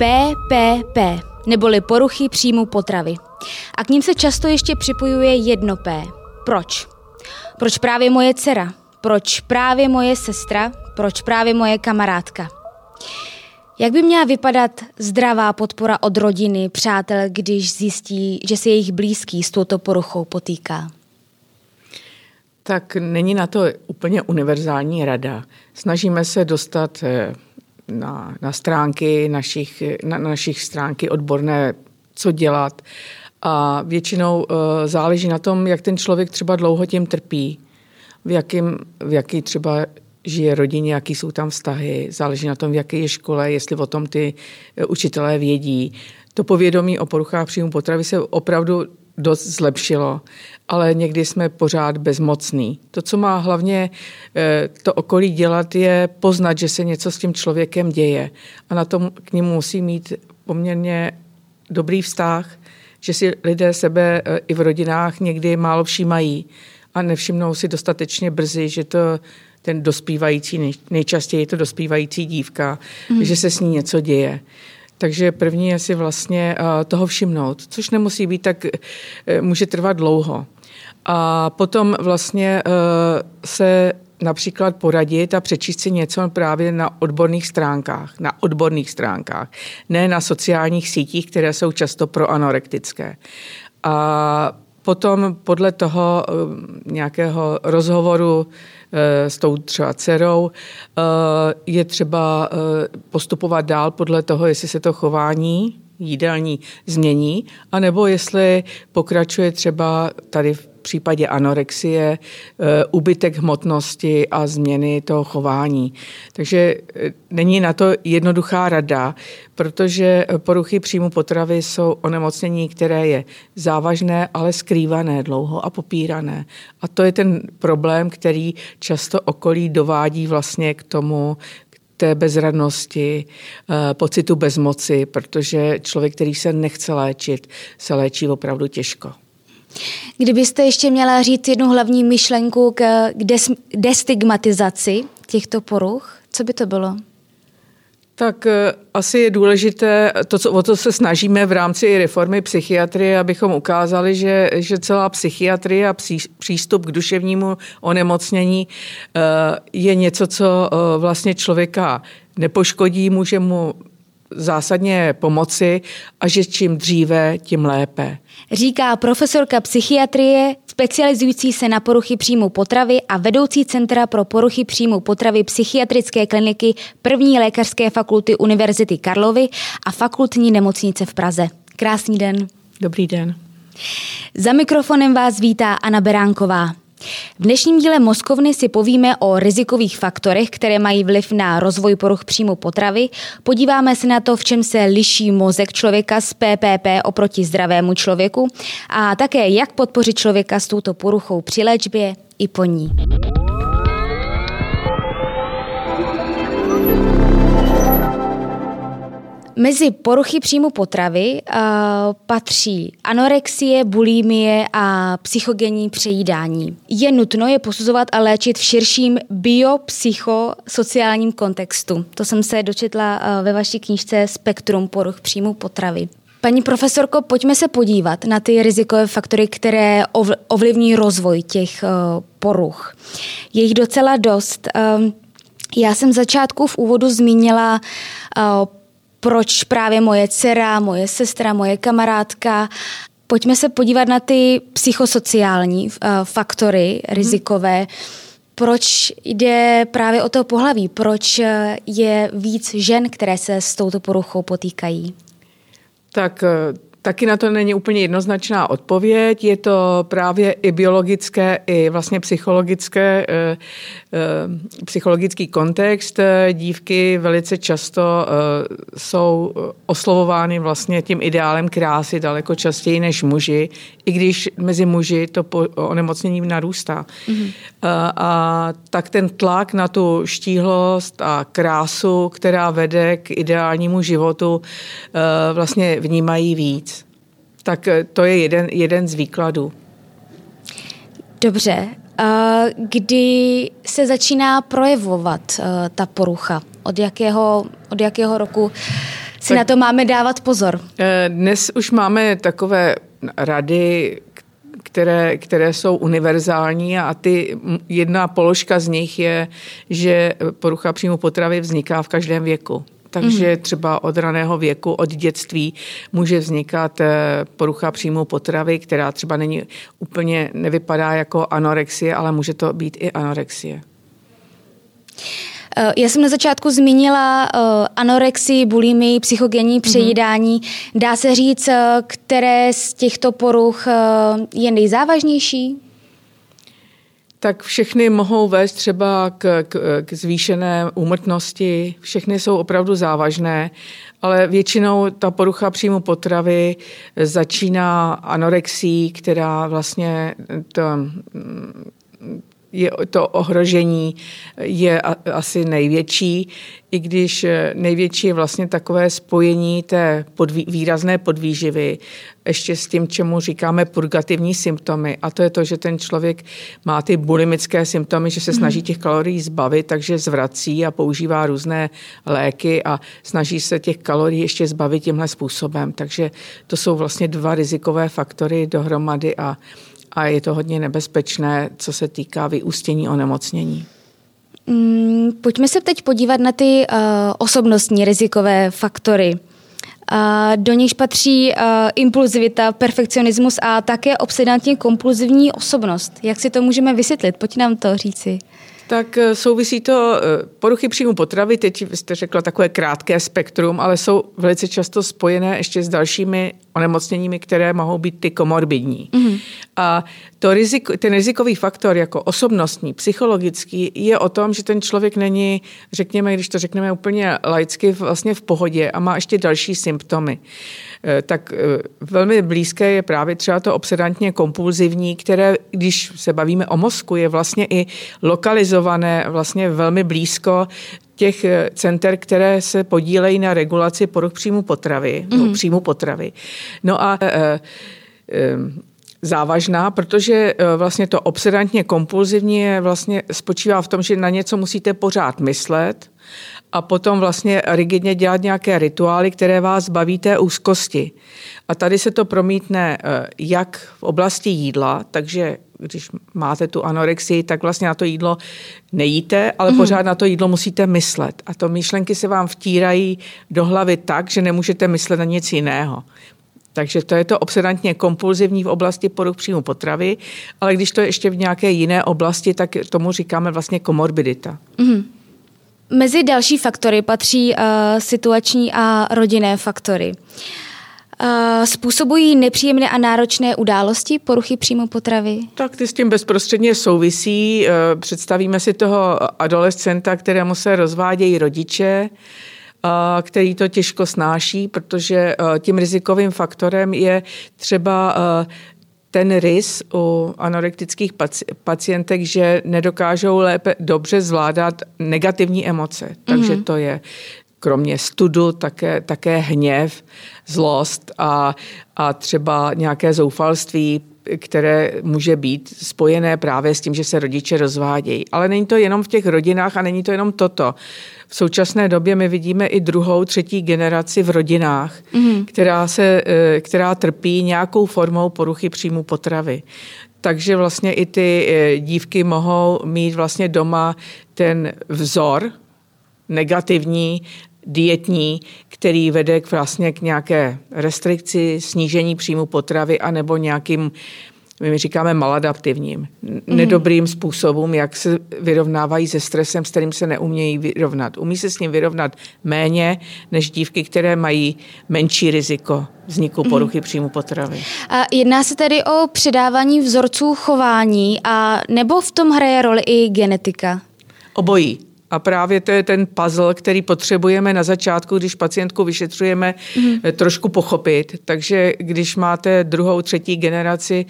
PPP, neboli poruchy příjmu potravy. A k ním se často ještě připojuje jedno P. Proč? Proč právě moje dcera? Proč právě moje sestra? Proč právě moje kamarádka? Jak by měla vypadat zdravá podpora od rodiny, přátel, když zjistí, že se jejich blízký s touto poruchou potýká? Tak není na to úplně univerzální rada. Snažíme se dostat na stránky našich stránky odborné, co dělat. A většinou záleží na tom, jak ten člověk třeba dlouho tím trpí, v jaký třeba žije rodině, jaký jsou tam vztahy, záleží na tom, v jaké je škole, jestli o tom ty učitelé vědí. To povědomí o poruchách příjmu potravy se opravdu dost zlepšilo, ale někdy jsme pořád bezmocní. To, co má hlavně to okolí dělat, je poznat, že se něco s tím člověkem děje. A na tom k němu musí mít poměrně dobrý vztah, že si lidé sebe i v rodinách někdy málo všímají a nevšimnou si dostatečně brzy, že to ten dospívající, nejčastěji je to dospívající dívka, že se s ní něco děje. Takže první je si vlastně toho všimnout, což nemusí být, tak může trvat dlouho. A potom vlastně se například poradit a přečíst si něco právě na odborných stránkách, ne na sociálních sítích, které jsou často proanorektické. A potom podle toho nějakého rozhovoru s tou třeba dcerou je třeba postupovat dál podle toho, jestli se to chování jídelní změní, anebo jestli pokračuje třeba tady v případě anorexie úbytek hmotnosti a změny toho chování. Takže není na to jednoduchá rada, protože poruchy příjmu potravy jsou onemocnění, které je závažné, ale skrývané dlouho a popírané. A to je ten problém, který často okolí dovádí vlastně k tomu, té bezradnosti, pocitu bezmoci, protože člověk, který se nechce léčit, se léčí opravdu těžko. Kdybyste ještě měla říct jednu hlavní myšlenku k destigmatizaci těchto poruch, co by to bylo? Tak asi je důležité, o to se snažíme v rámci reformy psychiatrie, abychom ukázali, že celá psychiatrie a přístup k duševnímu onemocnění je něco, co vlastně člověka nepoškodí, může mu zásadně pomoci a že čím dříve, tím lépe. Říká profesorka psychiatrie, specializující se na poruchy příjmu potravy a vedoucí Centra pro poruchy příjmu potravy psychiatrické kliniky 1. lékařské fakulty Univerzity Karlovy a fakultní nemocnice v Praze. Krásný den. Dobrý den. Za mikrofonem vás vítá Anna Beránková. V dnešním díle Mozkovny si povíme o rizikových faktorech, které mají vliv na rozvoj poruch příjmu potravy. Podíváme se na to, v čem se liší mozek člověka z PPP oproti zdravému člověku a také, jak podpořit člověka s touto poruchou při léčbě i po ní. Mezi poruchy příjmu potravy patří anorexie, bulimie a psychogenní přejídání. Je nutno je posuzovat a léčit v širším biopsychosociálním kontextu. To jsem se dočetla ve vaší knížce Spektrum poruch příjmu potravy. Paní profesorko, pojďme se podívat na ty rizikové faktory, které ovlivní rozvoj těch poruch. Je jich docela dost. Já jsem začátku v úvodu zmínila proč právě moje dcera, moje sestra, moje kamarádka. Pojďme se podívat na ty psychosociální faktory rizikové. Proč jde právě o to pohlaví? Proč je víc žen, které se s touto poruchou potýkají? Tak taky na to není úplně jednoznačná odpověď. Je to právě i biologické, i vlastně psychologický kontext. Dívky velice často jsou oslovovány vlastně tím ideálem krásy daleko častěji než muži, i když mezi muži to onemocnění narůstá. Mm-hmm. A tak ten tlak na tu štíhlost a krásu, která vede k ideálnímu životu, vlastně vnímají víc. Tak to je jeden z výkladů. Dobře. Kdy se začíná projevovat ta porucha? Od jakého roku si na to máme dávat pozor? Dnes už máme takové rady, které jsou univerzální a jedna položka z nich je, že porucha příjmu potravy vzniká v každém věku. Takže třeba od raného věku, od dětství může vznikat porucha příjmu potravy, která třeba nevypadá jako anorexie, ale může to být i anorexie. Já jsem na začátku zmínila anorexii, bulimii, psychogenní přejídání. Dá se říct, které z těchto poruch je nejzávažnější? Tak všechny mohou vést třeba k zvýšené úmrtnosti, všechny jsou opravdu závažné, ale většinou ta porucha příjmu potravy začíná anorexií, která vlastně to ohrožení je asi největší, i když největší je vlastně takové spojení té výrazné podvýživy ještě s tím, čemu říkáme purgativní symptomy. A to je to, že ten člověk má ty bulimické symptomy, že se snaží těch kalorií zbavit, takže zvrací a používá různé léky a snaží se těch kalorií ještě zbavit tímhle způsobem. Takže to jsou vlastně 2 rizikové faktory dohromady a je to hodně nebezpečné, co se týká vyústění onemocnění. Pojďme se teď podívat na ty osobnostní rizikové faktory. Do nichž patří impulzivita, perfekcionismus a také obsedantně kompulzivní osobnost. Jak si to můžeme vysvětlit? Pojď nám to říci. Tak souvisí to, poruchy příjmu potravy, teď jste řekla takové krátké spektrum, ale jsou velice často spojené ještě s dalšími onemocněními, které mohou být ty komorbidní. A ten rizikový faktor jako osobnostní, psychologický je o tom, že ten člověk není, řekněme, když to řekneme úplně laicky, vlastně v pohodě a má ještě další symptomy. Tak velmi blízké je právě třeba to obsedantně kompulzivní, které, když se bavíme o mozku, je vlastně i lokalizované vlastně velmi blízko těch center, které se podílejí na regulaci poruch příjmu potravy, příjmu potravy. No a závažná, protože vlastně to obsedantně kompulzivní je vlastně spočívá v tom, že na něco musíte pořád myslet a potom vlastně rigidně dělat nějaké rituály, které vás baví té úzkosti. A tady se to promítne jak v oblasti jídla, takže když máte tu anorexii, tak vlastně na to jídlo nejíte, ale pořád na to jídlo musíte myslet. A to myšlenky se vám vtírají do hlavy tak, že nemůžete myslet na nic jiného. Takže to je to obsedantně kompulzivní v oblasti poruch příjmu potravy, ale když to je ještě v nějaké jiné oblasti, tak tomu říkáme vlastně komorbidita. Mezi další faktory patří situační a rodinné faktory. Způsobují nepříjemné a náročné události poruchy příjmu potravy? Tak ty s tím bezprostředně souvisí. Představíme si toho adolescenta, kterému se rozvádějí rodiče, který to těžko snáší, protože tím rizikovým faktorem je třeba ten rys u anorektických pacientek, že nedokážou dobře zvládat negativní emoce. Takže to je kromě studu také hněv, zlost a třeba nějaké zoufalství, které může být spojené právě s tím, že se rodiče rozvádějí. Ale není to jenom v těch rodinách a není to jenom toto. V současné době my vidíme i 2., 3. generaci v rodinách, která trpí nějakou formou poruchy příjmu potravy. Takže vlastně i ty dívky mohou mít vlastně doma ten vzor negativní, dietní, který vede vlastně k nějaké restrikci, snížení příjmu potravy anebo nějakým, my říkáme maladaptivním, nedobrým způsobům, jak se vyrovnávají se stresem, s kterým se neumějí vyrovnat. Umí se s ním vyrovnat méně než dívky, které mají menší riziko vzniku poruchy příjmu potravy. A jedná se tedy o předávání vzorců chování a nebo v tom hraje roli i genetika? Obojí. A právě to je ten puzzle, který potřebujeme na začátku, když pacientku vyšetřujeme, trošku pochopit. Takže když máte 2., 3. generaci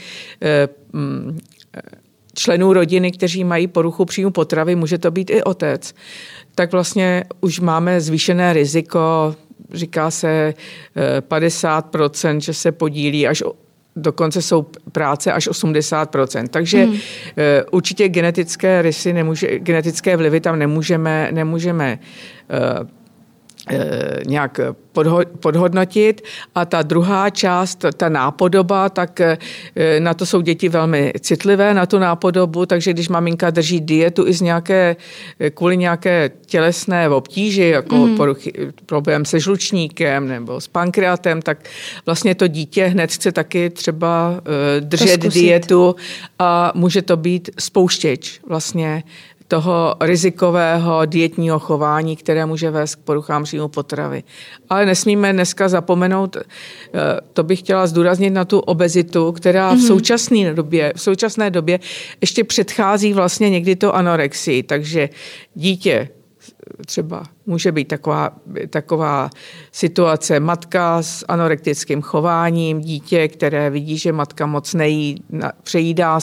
členů rodiny, kteří mají poruchu příjmu potravy, může to být i otec, tak vlastně už máme zvýšené riziko, říká se 50%, že se podílí až dokonce jsou práce až 80%. Takže určitě genetické rysy, genetické vlivy tam nemůžeme nějak podhodnotit. A ta druhá část, ta nápodoba, tak na to jsou děti velmi citlivé, na tu nápodobu, takže když maminka drží dietu i kvůli nějaké tělesné obtíži, jako problém se žlučníkem nebo s pankreatem, tak vlastně to dítě hned chce taky třeba držet dietu a může to být spouštěč vlastně toho rizikového dietního chování, které může vést k poruchám příjmu potravy. Ale nesmíme dneska zapomenout, to bych chtěla zdůraznit, na tu obezitu, která v současné době ještě předchází vlastně někdy to anorexii. Takže dítě třeba může být taková situace, matka s anorektickým chováním, dítě, které vidí, že matka moc nejí, přejídá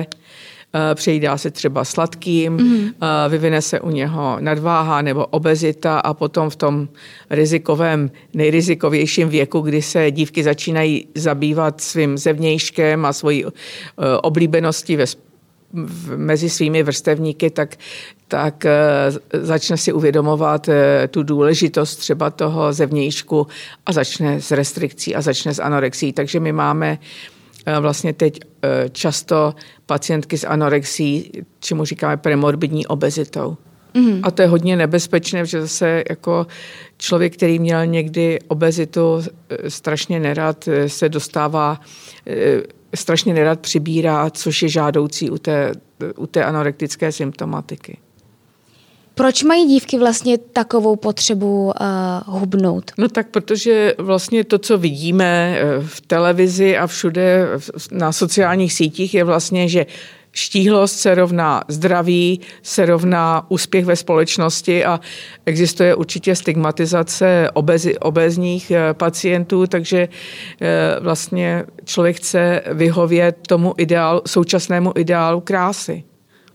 se třeba sladkým, vyvine se u něho nadváha nebo obezita a potom v tom nejrizikovějším věku, kdy se dívky začínají zabývat svým zevnějškem a svojí oblíbeností mezi svými vrstevníky, tak začne si uvědomovat tu důležitost třeba toho zevnějšku a začne s restrikcí a začne s anorexií. Takže my máme vlastně teď často pacientky s anorexií, čemu říkáme premorbidní obezitou. A to je hodně nebezpečné, protože zase jako člověk, který měl někdy obezitu, strašně nerad se dostává, strašně nerad přibírá, což je žádoucí u té anorektické symptomatiky. Proč mají dívky vlastně takovou potřebu hubnout? No tak protože vlastně to, co vidíme v televizi a všude na sociálních sítích, je vlastně, že štíhlost se rovná zdraví, se rovná úspěch ve společnosti a existuje určitě stigmatizace obézních pacientů, takže vlastně člověk chce vyhovět tomu současnému ideálu krásy.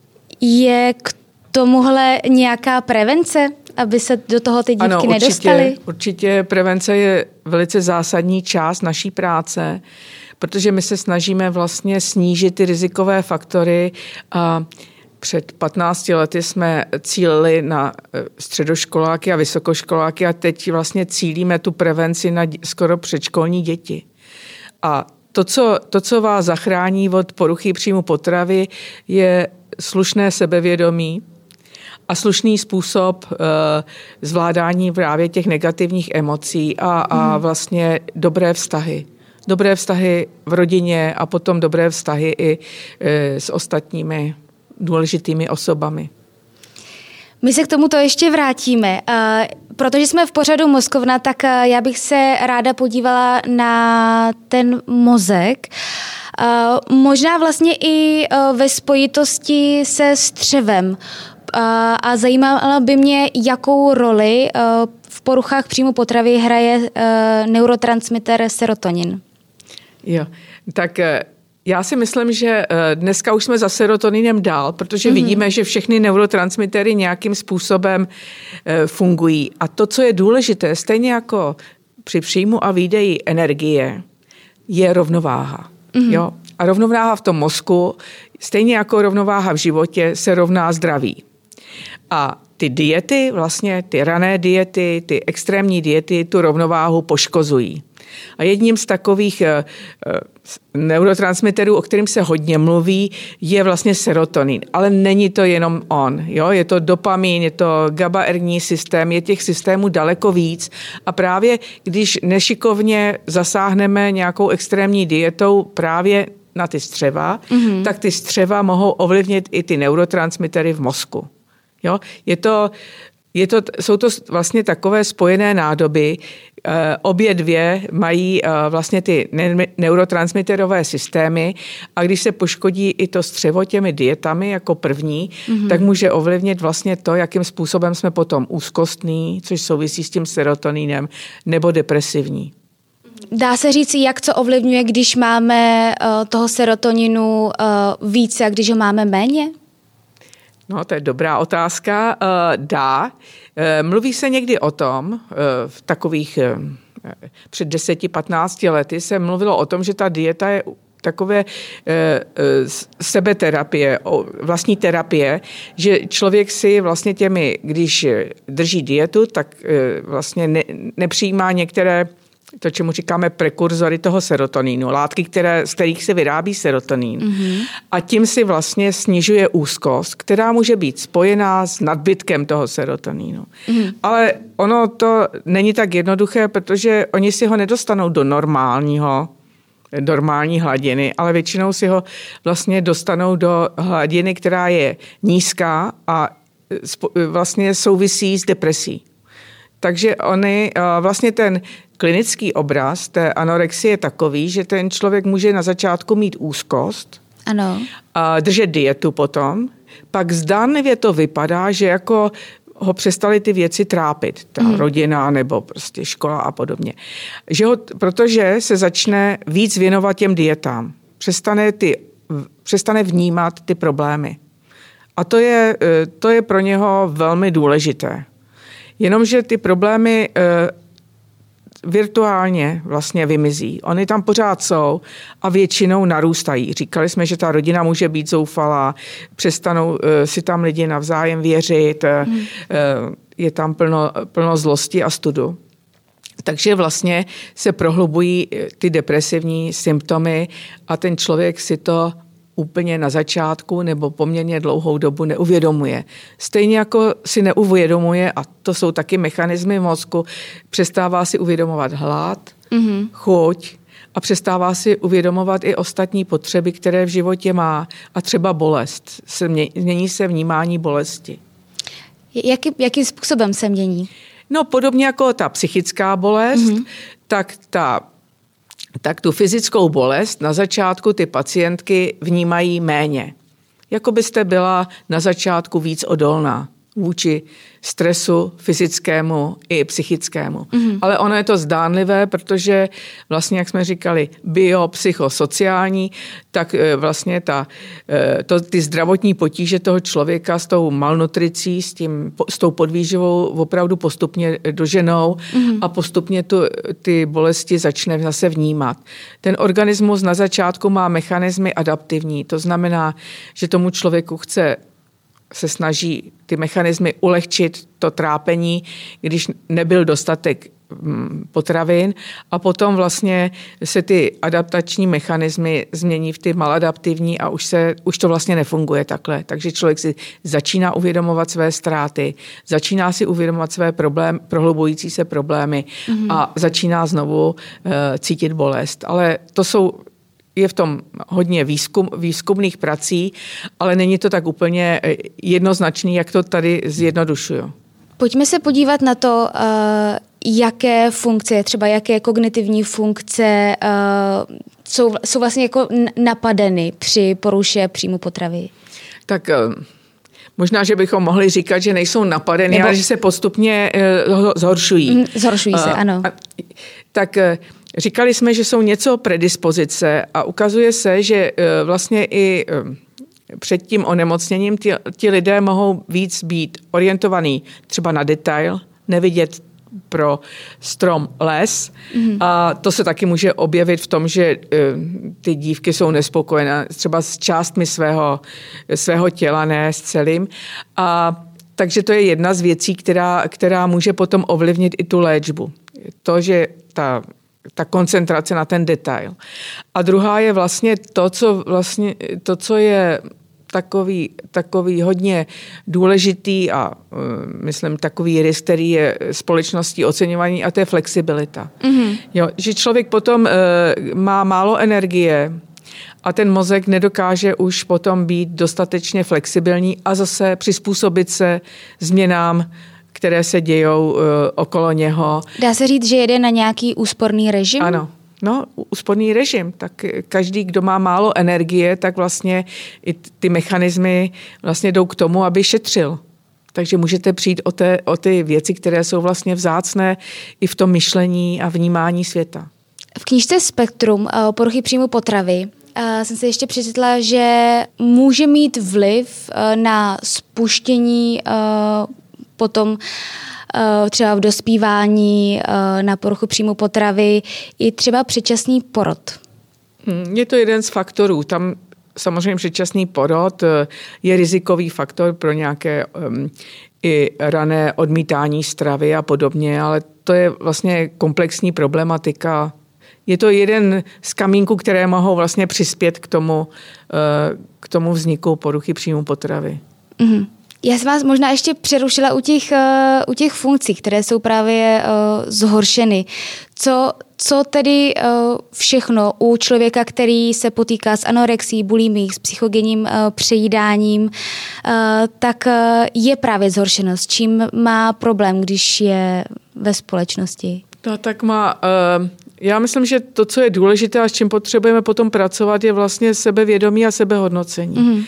Je k tomuhle nějaká prevence, aby se do toho ty dívky nedostaly? Určitě prevence je velice zásadní část naší práce, protože my se snažíme vlastně snížit ty rizikové faktory a před 15 lety jsme cílili na středoškoláky a vysokoškoláky a teď vlastně cílíme tu prevenci na skoro předškolní děti. A to, co vás zachrání od poruchy příjmu potravy, je slušné sebevědomí a slušný způsob zvládání právě těch negativních emocí a vlastně dobré vztahy. Dobré vztahy v rodině a potom dobré vztahy i s ostatními důležitými osobami. My se k tomuto ještě vrátíme. Protože jsme v pořadu Mozkovna, tak já bych se ráda podívala na ten mozek. Možná vlastně i ve spojitosti se střevem. A zajímalo by mě, jakou roli v poruchách příjmu potravy hraje neurotransmiter serotonin. Jo, tak já si myslím, že dneska už jsme za serotoninem dál, protože vidíme, že všechny neurotransmitery nějakým způsobem fungují. A to, co je důležité, stejně jako při příjmu a výdeji energie, je rovnováha. Jo? A rovnováha v tom mozku, stejně jako rovnováha v životě, se rovná zdraví. A ty diety, vlastně ty rané diety, ty extrémní diety, tu rovnováhu poškozují. A jedním z takových neurotransmiterů, o kterým se hodně mluví, je vlastně serotonin. Ale není to jenom on. Jo? Je to dopamin, je to GABAergní systém, je těch systémů daleko víc. A právě když nešikovně zasáhneme nějakou extrémní dietou právě na ty střeva, tak ty střeva mohou ovlivnit i ty neurotransmitery v mozku. Jo? Jsou to vlastně takové spojené nádoby. Obě dvě mají vlastně ty neurotransmiterové systémy a když se poškodí i to střevo těmi dietami jako první, tak může ovlivnit vlastně to, jakým způsobem jsme potom úzkostní, což souvisí s tím serotoninem, nebo depresivní. Dá se říct, jak co ovlivňuje, když máme toho serotoninu více a když ho máme méně? No, to je dobrá otázka. Dá. Mluví se někdy o tom, v takových před 10-15 lety se mluvilo o tom, že ta dieta je takové sebeterapie, vlastní terapie, že člověk si vlastně když drží dietu, tak vlastně nepřijímá některé, to, čemu říkáme prekurzory toho serotoninu, látky, z kterých se vyrábí serotonin. Mm-hmm. A tím si vlastně snižuje úzkost, která může být spojená s nadbytkem toho serotoninu. Mm-hmm. Ale ono to není tak jednoduché, protože oni si ho nedostanou do normální hladiny, ale většinou si ho vlastně dostanou do hladiny, která je nízká a vlastně souvisí s depresí. Takže vlastně ten klinický obraz té anorexie je takový, že ten člověk může na začátku mít úzkost, ano, a držet dietu potom, pak zdánlivě to vypadá, že jako ho přestaly ty věci trápit, ta rodina nebo prostě škola a podobně. Protože se začne víc věnovat těm dietám, přestane vnímat ty problémy. A to je pro něho velmi důležité. Jenomže ty problémy virtuálně vlastně vymizí. Oni tam pořád jsou a většinou narůstají. Říkali jsme, že ta rodina může být zoufalá, přestanou si tam lidi navzájem věřit, je tam plno zlosti a studu. Takže vlastně se prohlubují ty depresivní symptomy a ten člověk si to úplně na začátku nebo poměrně dlouhou dobu neuvědomuje. Stejně jako si neuvědomuje, a to jsou taky mechanismy v mozku, přestává si uvědomovat hlad, chuť a přestává si uvědomovat i ostatní potřeby, které v životě má a třeba bolest. Mění se vnímání bolesti. Jakým způsobem se mění? No podobně jako ta psychická bolest, tak tu fyzickou bolest na začátku ty pacientky vnímají méně. Jako byste byla na začátku víc odolná vůči stresu fyzickému i psychickému. Ale ono je to zdánlivé, protože vlastně, jak jsme říkali, biopsychosociální, tak vlastně ty zdravotní potíže toho člověka s tou malnutricí, s tou podvýživou opravdu postupně doženou a postupně ty bolesti začne zase vnímat. Ten organismus na začátku má mechanismy adaptivní, to znamená, že tomu člověku se snaží ty mechanismy ulehčit to trápení, když nebyl dostatek potravin a potom vlastně se ty adaptační mechanismy změní v ty maladaptivní a už to vlastně nefunguje takhle. Takže člověk si začíná uvědomovat své ztráty, začíná si uvědomovat své prohlubující se problémy a začíná znovu cítit bolest. Ale je v tom hodně výzkumných prací, ale není to tak úplně jednoznačný, jak to tady zjednodušuju. Pojďme se podívat na to, jaké funkce, třeba jaké kognitivní funkce jsou vlastně jako napadeny při poruše příjmu potravy. Tak možná, že bychom mohli říkat, že nejsou napadeny, ale že se postupně zhoršují. Zhoršují se, ano. Tak říkali jsme, že jsou něco predispozice a ukazuje se, že vlastně i před tím onemocněním ti lidé mohou víc být orientovaní třeba na detail, nevidět pro strom les. A to se taky může objevit v tom, že ty dívky jsou nespokojené třeba s částmi svého těla, ne s celým. Takže to je jedna z věcí, která může potom ovlivnit i tu léčbu. To, že ta koncentrace na ten detail. A druhá je vlastně to, co je takový hodně důležitý a myslím takový rys, který je společností oceňovaný, a to je flexibilita. Jo, že člověk potom má málo energie a ten mozek nedokáže už potom být dostatečně flexibilní a zase přizpůsobit se změnám, které se dějou okolo něho. Dá se říct, že jede na nějaký úsporný režim? Ano. No, úsporný režim. Tak každý, kdo má málo energie, tak vlastně i ty mechanismy vlastně jdou k tomu, aby šetřil. Takže můžete přijít o ty věci, které jsou vlastně vzácné i v tom myšlení a vnímání světa. V knížce Spektrum poruchy příjmu potravy jsem se ještě přečetla, že může mít vliv na spuštění potom třeba v dospívání, na poruchu příjmu potravy i třeba předčasný porod. Je to jeden z faktorů. Tam samozřejmě předčasný porod je rizikový faktor pro nějaké i rané odmítání stravy a podobně, ale to je vlastně komplexní problematika. Je to jeden z kamínků, které mohou vlastně přispět k tomu vzniku poruchy příjmu potravy. Mm-hmm. Já jsem vás možná ještě přerušila u těch funkcí, které jsou právě zhoršeny. Co tedy všechno u člověka, který se potýká s anorexií, bulimií, s psychogenním přejídáním, tak je právě zhoršeno. S čím má problém, když je ve společnosti? No, tak já myslím, že to, co je důležité a s čím potřebujeme potom pracovat, je vlastně sebevědomí a sebehodnocení. Mm-hmm.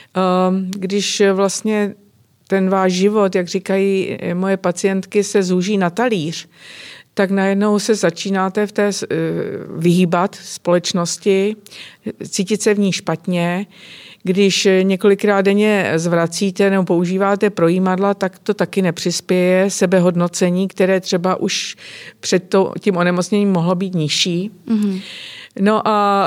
Když vlastně ten váš život, jak říkají moje pacientky, se zúží na talíř, tak najednou se začínáte v té vyhýbat společnosti, cítit se v ní špatně. Když několikrát denně zvracíte nebo používáte projímadla, tak to taky nepřispěje sebehodnocení, které třeba už před tím onemocněním mohlo být nižší. Mm-hmm. No a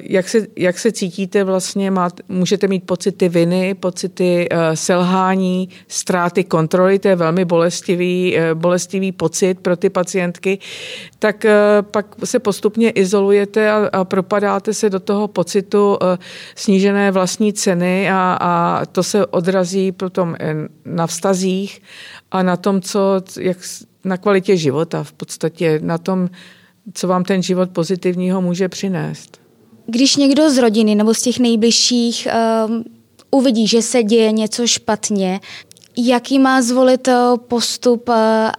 jak se cítíte vlastně, můžete mít pocity viny, pocity selhání, ztráty kontroly, to je velmi bolestivý pocit pro ty pacientky, tak pak se postupně izolujete a propadáte se do toho pocitu snížené vlastní ceny a to se odrazí potom na vztazích a na tom, na kvalitě života, v podstatě na tom, co vám ten život pozitivního může přinést. Když někdo z rodiny nebo z těch nejbližších uvidí, že se děje něco špatně, jaký má zvolit postup,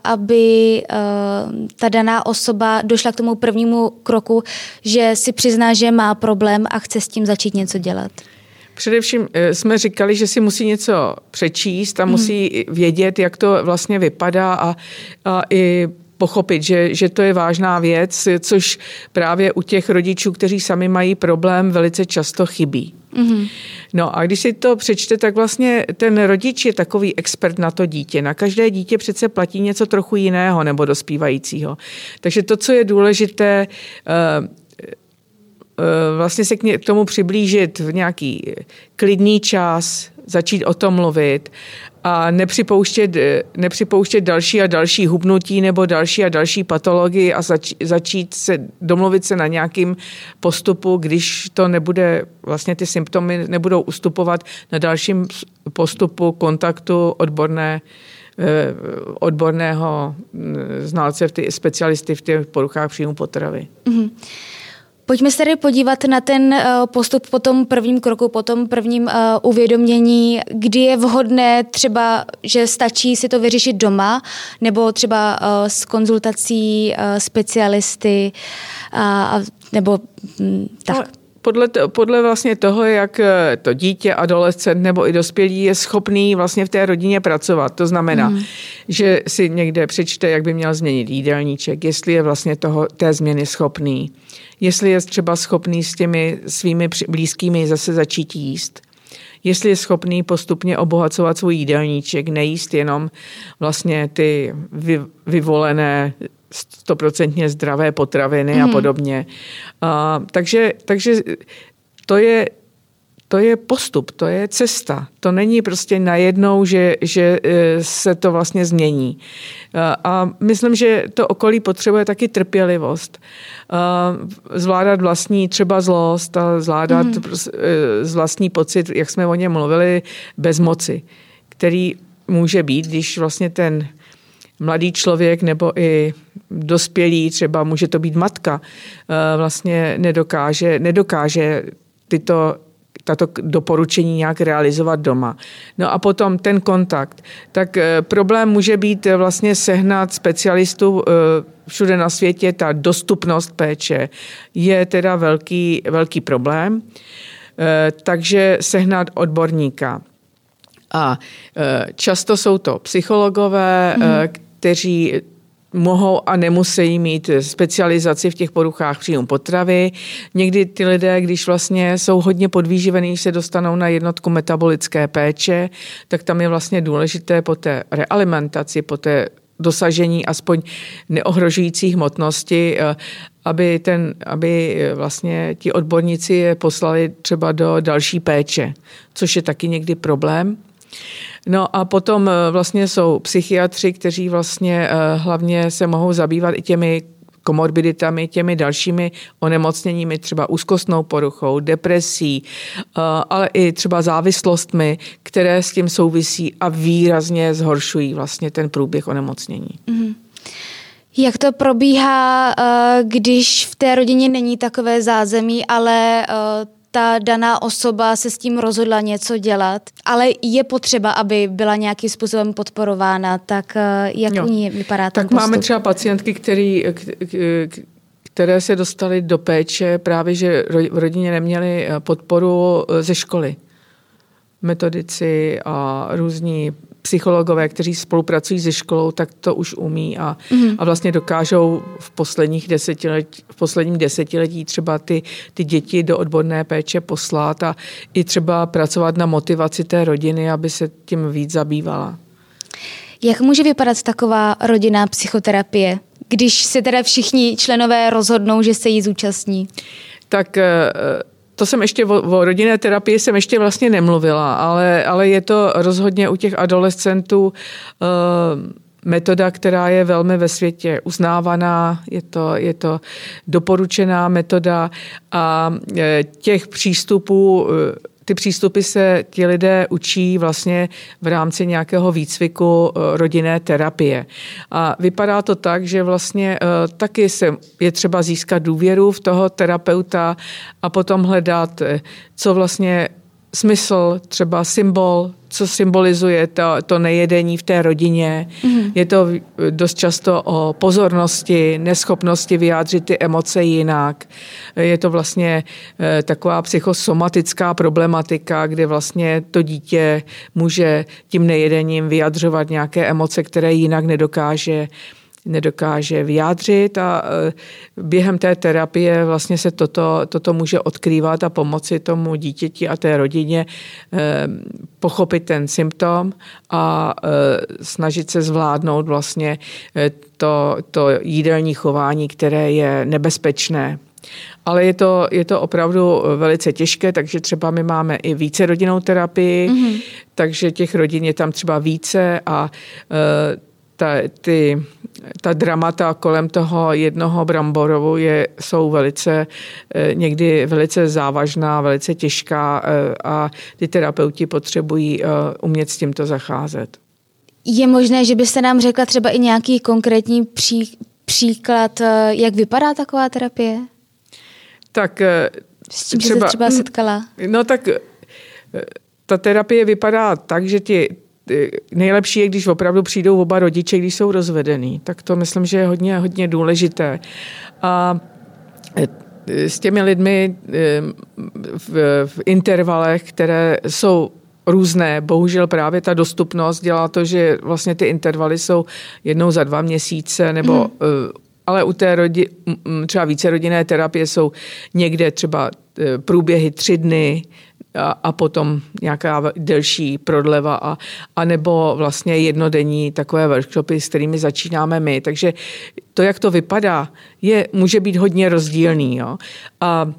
aby ta daná osoba došla k tomu prvnímu kroku, že si přizná, že má problém a chce s tím začít něco dělat? Především jsme říkali, že si musí něco přečíst a musí vědět, jak to vlastně vypadá a i pochopit, že to je vážná věc, což právě u těch rodičů, kteří sami mají problém, velice často chybí. Mm-hmm. No a když si to přečte, tak vlastně ten rodič je takový expert na to dítě. Na každé dítě přece platí něco trochu jiného nebo dospívajícího. Takže to, co je důležité, vlastně se k tomu přiblížit v nějaký klidný čas, začít o tom mluvit a nepřipouštět další a další hubnutí nebo další a další patologii a začít domluvit se na nějakým postupu, když to nebude, vlastně ty symptomy nebudou ustupovat na dalším postupu kontaktu odborného znalce, specialisty v těch poruchách příjmu potravy. Mm-hmm. Pojďme se tady podívat na ten postup po tom prvním kroku, po tom prvním uvědomění, kdy je vhodné třeba, že stačí si to vyřešit doma, nebo třeba s konzultací specialisty, nebo tak. No, podle vlastně toho, jak to dítě, adolescent nebo i dospělý je schopný vlastně v té rodině pracovat. To znamená, že si někde přečte, jak by měl změnit jídelníček, jestli je vlastně té změny schopný, jestli je třeba schopný s těmi svými blízkými zase začít jíst, jestli je schopný postupně obohacovat svůj jídelníček, nejíst jenom vlastně ty vyvolené 100% zdravé potraviny a podobně. Takže to je postup, to je cesta. To není prostě najednou, že se to vlastně změní. A myslím, že to okolí potřebuje taky trpělivost. Zvládat vlastní třeba zlost a zvládat vlastní pocit, jak jsme o něm mluvili, bezmoci, který může být, když vlastně ten mladý člověk nebo i dospělý, třeba může to být matka, vlastně nedokáže tato doporučení nějak realizovat doma. No a potom ten kontakt. Tak problém může být vlastně sehnat specialistu všude na světě. Ta dostupnost péče je teda velký problém. Takže sehnat odborníka. A často jsou to psychologové, kteří mohou a nemusí mít specializaci v těch poruchách příjmu potravy. Někdy ty lidé, když vlastně jsou hodně podvýživení, se dostanou na jednotku metabolické péče, tak tam je vlastně důležité po té realimentaci, po té dosažení aspoň neohrožující hmotnosti, aby vlastně ti odborníci je poslali třeba do další péče, což je taky někdy problém. No a potom vlastně jsou psychiatři, kteří vlastně hlavně se mohou zabývat i těmi komorbiditami, těmi dalšími onemocněními, třeba úzkostnou poruchou, depresí, ale i třeba závislostmi, které s tím souvisí a výrazně zhoršují vlastně ten průběh onemocnění. Mm-hmm. Jak to probíhá, když v té rodině není takové zázemí, ale ta daná osoba se s tím rozhodla něco dělat, ale je potřeba, aby byla nějakým způsobem podporována, tak jak u ní vypadá ten tak postup? Máme třeba pacientky, které se dostaly do péče právě, že v rodině neměly podporu ze školy. Metodici a různí psychologové, kteří spolupracují se školou, tak to už umí a vlastně dokážou v posledním desetiletí třeba ty děti do odborné péče poslat a i třeba pracovat na motivaci té rodiny, aby se tím víc zabývala. Jak může vypadat taková rodinná psychoterapie, když se teda všichni členové rozhodnou, že se jí zúčastní? Tak to jsem ještě o rodinné terapii jsem ještě vlastně nemluvila, ale je to rozhodně u těch adolescentů metoda, která je velmi ve světě uznávaná, je to doporučená metoda a těch přístupů, ty přístupy se ti lidé učí vlastně v rámci nějakého výcviku rodinné terapie. A vypadá to tak, že vlastně taky je třeba získat důvěru v toho terapeuta a potom hledat, co vlastně smysl, třeba symbol, co symbolizuje to nejedení v té rodině. Mm-hmm. Je to dost často o pozornosti, neschopnosti vyjádřit ty emoce jinak. Je to vlastně taková psychosomatická problematika, kde vlastně to dítě může tím nejedením vyjadřovat nějaké emoce, které jinak nedokáže vyjádřit a během té terapie vlastně se toto může odkrývat a pomoci tomu dítěti a té rodině pochopit ten symptom a snažit se zvládnout vlastně to jídelní chování, které je nebezpečné. Ale je to opravdu velice těžké, takže třeba my máme i více rodinnou terapii, takže těch rodin je tam třeba více a ta dramata kolem toho jednoho bramboru jsou někdy velice závažná, velice těžká a ty terapeuti potřebují umět s tímto zacházet. Je možné, že byste nám řekla třeba i nějaký konkrétní příklad, jak vypadá taková terapie? Tak s čím jste se třeba setkala? No tak ta terapie vypadá tak, že nejlepší je, když opravdu přijdou oba rodiče, když jsou rozvedený. Tak to myslím, že je hodně, hodně důležité. A s těmi lidmi v intervalech, které jsou různé, bohužel právě ta dostupnost dělá to, že vlastně ty intervaly jsou jednou za 2 měsíce, nebo ale u té třeba vícerodinné terapie jsou někde třeba průběhy 3 dny, a potom nějaká delší prodleva a nebo vlastně jednodenní takové workshopy, s kterými začínáme my. Takže to, jak to vypadá, může být hodně rozdílný. Jo? A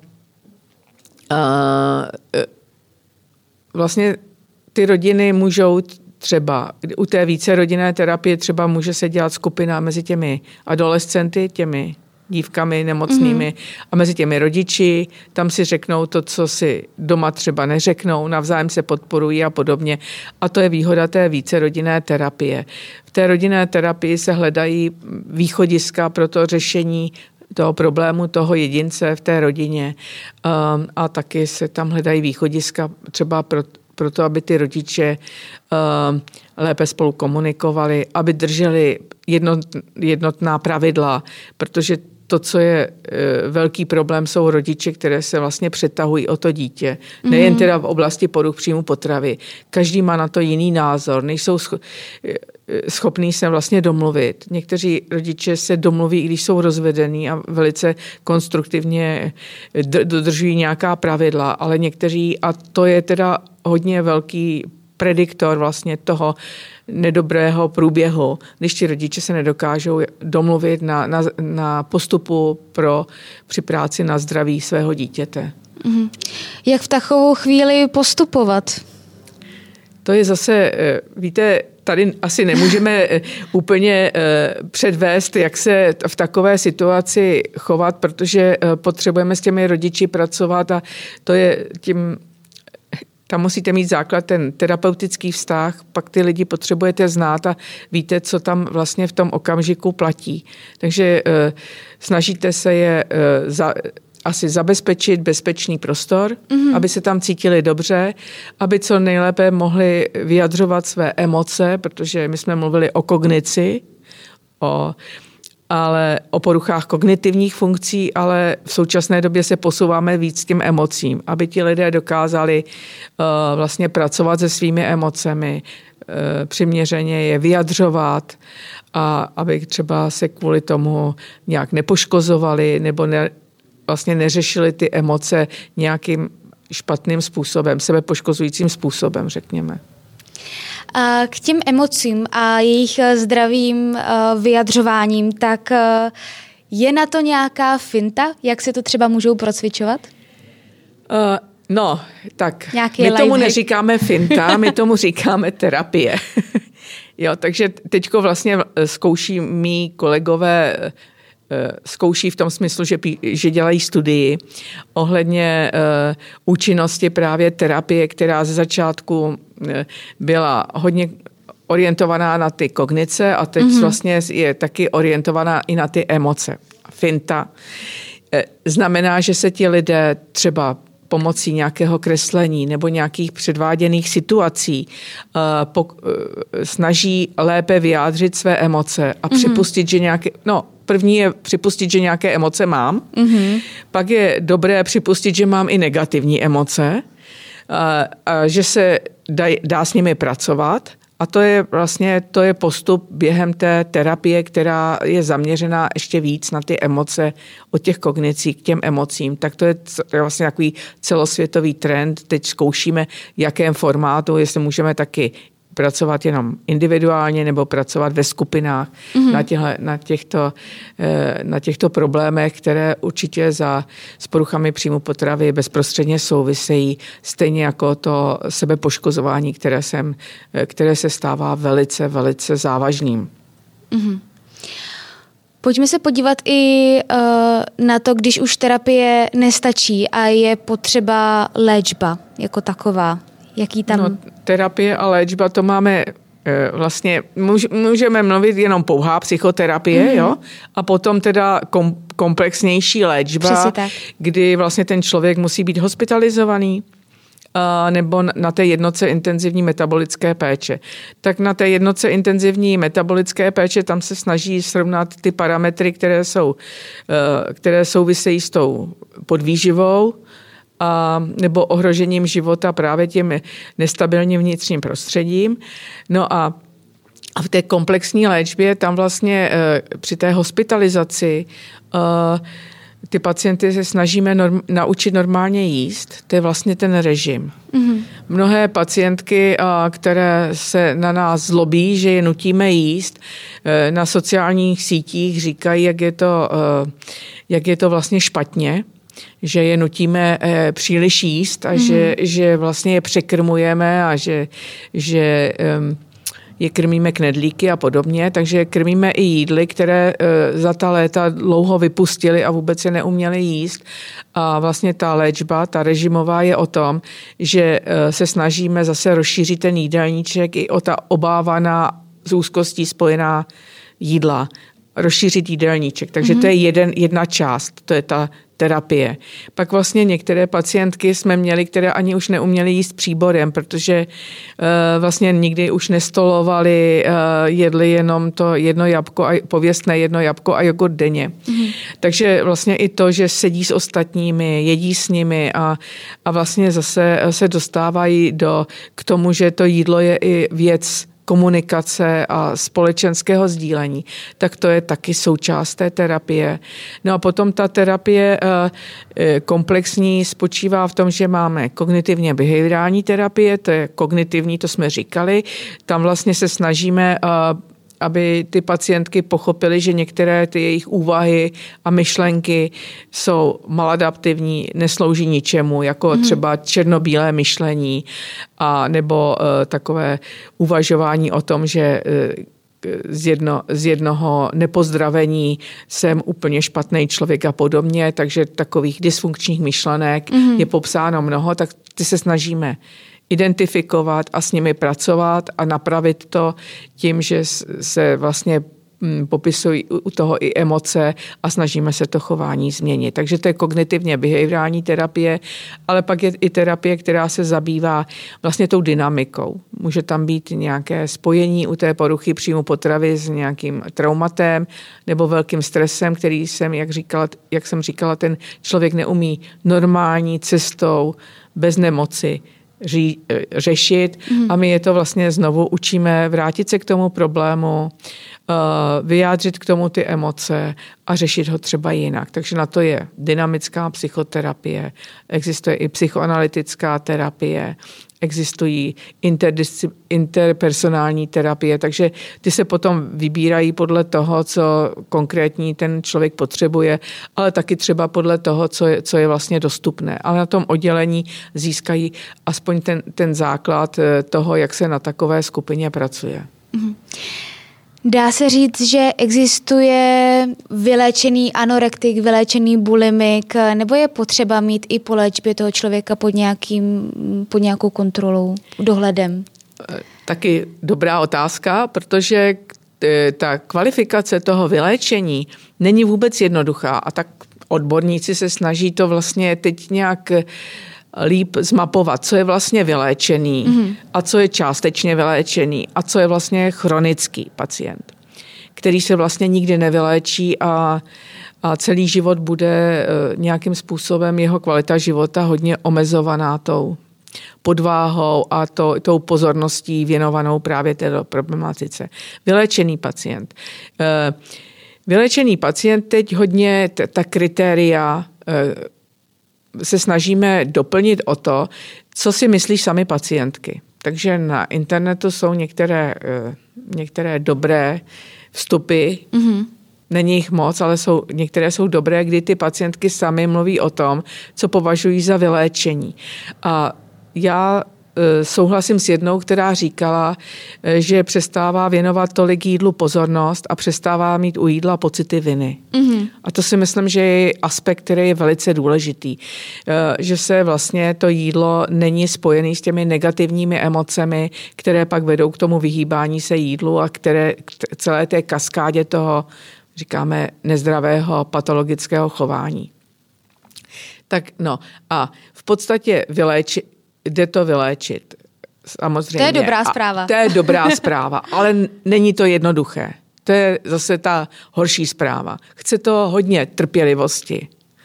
vlastně ty rodiny můžou třeba u té vícerodinné terapie třeba může se dělat skupina mezi těmi adolescenty, těmi dívkami nemocnými a mezi těmi rodiči, tam si řeknou to, co si doma třeba neřeknou, navzájem se podporují a podobně. A to je výhoda té vícerodinné terapie. V té rodinné terapii se hledají východiska pro to řešení toho problému toho jedince v té rodině a taky se tam hledají východiska třeba pro to, aby ty rodiče lépe spolu komunikovali, aby drželi jednotná pravidla, protože to, co je velký problém, jsou rodiče, které se vlastně přetahují o to dítě. Nejen teda v oblasti poruch příjmu potravy. Každý má na to jiný názor. Nejsou schopní se vlastně domluvit. Někteří rodiče se domluví, i když jsou rozvedení a velice konstruktivně dodržují nějaká pravidla, ale někteří, a to je teda hodně velký prediktor vlastně toho nedobrého průběhu, když ti rodiče se nedokážou domluvit na postupu při práci na zdraví svého dítěte. Jak v takovou chvíli postupovat? To je zase, víte, tady asi nemůžeme úplně předvést, jak se v takové situaci chovat, protože potřebujeme s těmi rodiči pracovat a to je tím, tam musíte mít základ ten terapeutický vztah, pak ty lidi potřebujete znát a víte, co tam vlastně v tom okamžiku platí. Takže snažíte se je asi zabezpečit bezpečný prostor, aby se tam cítili dobře, aby co nejlépe mohli vyjadřovat své emoce, protože my jsme mluvili o kognici, ale o poruchách kognitivních funkcí, ale v současné době se posouváme víc tím emocím, aby ti lidé dokázali vlastně pracovat se svými emocemi, přiměřeně je vyjadřovat a aby třeba se kvůli tomu nějak nepoškozovali nebo vlastně neřešili ty emoce nějakým špatným způsobem, sebepoškozujícím způsobem, řekněme. A k těm emocím a jejich zdravým vyjadřováním, tak je na to nějaká finta, jak si to třeba můžou procvičovat? No, tak nějaký my tomu neříkáme finta, my tomu říkáme terapie. Jo, takže teďko vlastně zkouší mý kolegové zkouší v tom smyslu, že dělají studii ohledně účinnosti právě terapie, která ze začátku byla hodně orientovaná na ty kognice a teď vlastně je taky orientovaná i na ty emoce. Finta znamená, že se ti lidé třeba pomocí nějakého kreslení nebo nějakých předváděných situací snaží lépe vyjádřit své emoce a připustit, že první je připustit, že nějaké emoce mám, pak je dobré připustit, že mám i negativní emoce, a že se dá s nimi pracovat. A to je postup během té terapie, která je zaměřená ještě víc na ty emoce, od těch kognicí k těm emocím. Tak to je vlastně takový celosvětový trend. Teď zkoušíme, v jakém formátu, jestli můžeme taky pracovat jenom individuálně nebo pracovat ve skupinách na těchto problémech, které určitě s poruchami příjmu potravy bezprostředně souvisejí, stejně jako to sebepoškozování, které se stává velice, velice závažným. Pojďme se podívat i na to, když už terapie nestačí a je potřeba léčba jako taková. Jaký tam... No, terapie a léčba, to máme vlastně, můžeme mluvit jenom pouhá psychoterapie, jo? A potom teda komplexnější léčba, kdy vlastně ten člověk musí být hospitalizovaný, nebo na té jednotce intenzivní metabolické péče. Tak na té jednotce intenzivní metabolické péče tam se snaží srovnat ty parametry, které souvisejí s tou podvýživou, nebo ohrožením života právě tím nestabilním vnitřním prostředím. No a v té komplexní léčbě tam vlastně při té hospitalizaci ty pacienty se snažíme naučit normálně jíst. To je vlastně ten režim. Mnohé pacientky, které se na nás zlobí, že je nutíme jíst, na sociálních sítích říkají, jak je to vlastně špatně, že je nutíme příliš jíst a že vlastně je překrmujeme a že je krmíme knedlíky a podobně, takže krmíme i jídly, které za ta léta dlouho vypustili a vůbec je neuměli jíst. A vlastně ta léčba, ta režimová je o tom, že se snažíme zase rozšířit ten jídelníček i o ta obávaná z úzkostí spojená jídla. Rozšířit jídelníček. Takže to je jedna část, to je ta terapie. Pak vlastně některé pacientky jsme měli, které ani už neuměly jíst příborem, protože vlastně nikdy už nestolovali, jedli jenom to pověstné jedno jabko a jogurt denně. Takže vlastně i to, že sedí s ostatními, jedí s nimi a vlastně zase se dostávají k tomu, že to jídlo je i věc komunikace a společenského sdílení, tak to je taky součást té terapie. No a potom ta terapie komplexní spočívá v tom, že máme kognitivně behaviorální terapie, to je kognitivní, to jsme říkali, tam vlastně se snažíme aby ty pacientky pochopily, že některé ty jejich úvahy a myšlenky jsou maladaptivní, neslouží ničemu, jako třeba černobílé myšlení a nebo takové uvažování o tom, že z jednoho nepozdravení jsem úplně špatný člověk a podobně, takže takových dysfunkčních myšlenek je popsáno mnoho, tak ty se snažíme identifikovat a s nimi pracovat a napravit to tím, že se vlastně popisují u toho i emoce a snažíme se to chování změnit. Takže to je kognitivně behaviorální terapie, ale pak je i terapie, která se zabývá vlastně tou dynamikou. Může tam být nějaké spojení u té poruchy příjmu potravy s nějakým traumatem nebo velkým stresem, který jak jsem říkala, ten člověk neumí normální cestou bez nemoci řešit a my je to vlastně znovu učíme vrátit se k tomu problému, vyjádřit k tomu ty emoce a řešit ho třeba jinak. Takže na to je dynamická psychoterapie, existuje i psychoanalytická terapie, existují interpersonální terapie, takže ty se potom vybírají podle toho, co konkrétní ten člověk potřebuje, ale taky třeba podle toho, co je vlastně dostupné. Ale na tom oddělení získají aspoň ten základ toho, jak se na takové skupině pracuje. Dá se říct, že existuje vyléčený anorektik, vyléčený bulimik, nebo je potřeba mít i po léčbě toho člověka pod nějakou kontrolou, dohledem? Taky dobrá otázka, protože ta kvalifikace toho vyléčení není vůbec jednoduchá a tak odborníci se snaží to vlastně teď nějak líp zmapovat, co je vlastně vyléčený a co je částečně vyléčený a co je vlastně chronický pacient, který se vlastně nikdy nevyléčí a celý život bude nějakým způsobem jeho kvalita života hodně omezovaná tou podváhou a tou pozorností věnovanou právě této problematice. Vyléčený pacient. Vyléčený pacient teď hodně ta kritéria se snažíme doplnit o to, co si myslí sami pacientky. Takže na internetu jsou některé dobré vstupy, není jich moc, ale některé jsou dobré, kdy ty pacientky sami mluví o tom, co považují za vyléčení. A já souhlasím s jednou, která říkala, že přestává věnovat tolik jídlu pozornost a přestává mít u jídla pocity viny. A to si myslím, že je aspekt, který je velice důležitý. Že se vlastně to jídlo není spojený s těmi negativními emocemi, které pak vedou k tomu vyhýbání se jídlu a které celé té kaskádě toho, říkáme, nezdravého patologického chování. Tak no a v podstatě jde to vyléčit. Samozřejmě. To je dobrá zpráva. To je dobrá zpráva, ale není to jednoduché. To je zase ta horší zpráva. Chce to hodně trpělivosti.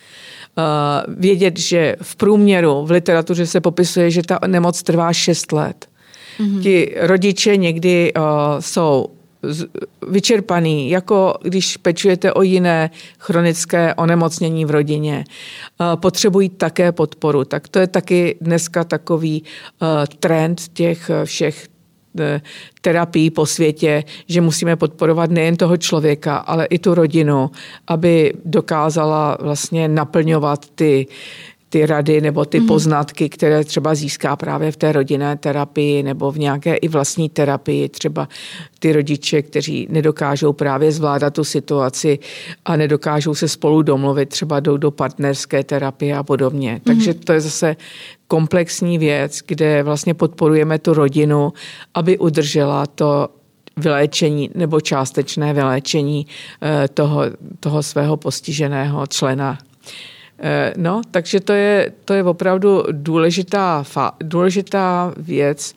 Vědět, že v průměru v literatuře se popisuje, že ta nemoc trvá 6 let. Ti rodiče někdy jsou vyčerpaný, jako když pečujete o jiné chronické onemocnění v rodině. Potřebují také podporu. Tak to je taky dneska takový trend těch všech terapií po světě, že musíme podporovat nejen toho člověka, ale i tu rodinu, aby dokázala vlastně naplňovat ty rady nebo ty poznatky, které třeba získá právě v té rodinné terapii nebo v nějaké i vlastní terapii. Třeba ty rodiče, kteří nedokážou právě zvládat tu situaci a nedokážou se spolu domluvit, třeba jdou do partnerské terapie a podobně. Takže to je zase komplexní věc, kde vlastně podporujeme tu rodinu, aby udržela to vyléčení nebo částečné vyléčení toho svého postiženého člena. No, takže to je opravdu důležitá věc,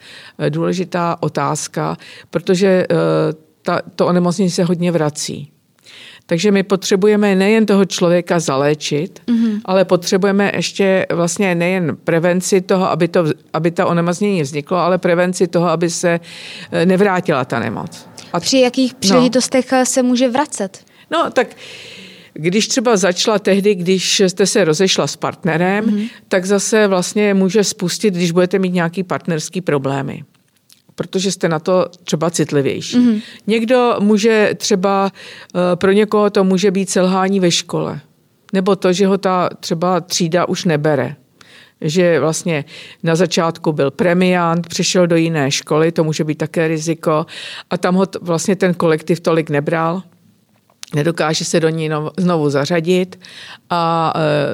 důležitá otázka, protože to onemocnění se hodně vrací. Takže my potřebujeme nejen toho člověka zaléčit, ale potřebujeme ještě vlastně nejen prevenci toho, aby ta onemocnění vzniklo, ale prevenci toho, aby se nevrátila ta nemoc. A při jakých příležitostech se může vracet? No, tak když třeba začala tehdy, když jste se rozešla s partnerem, tak zase vlastně může spustit, když budete mít nějaký partnerský problémy. Protože jste na to třeba citlivější. Někdo může třeba, pro někoho to může být selhání ve škole. Nebo to, že ho ta třeba třída už nebere. Že vlastně na začátku byl premiant, přišel do jiné školy, to může být také riziko. A tam ho vlastně ten kolektiv tolik nebral. Nedokáže se do ní znovu zařadit a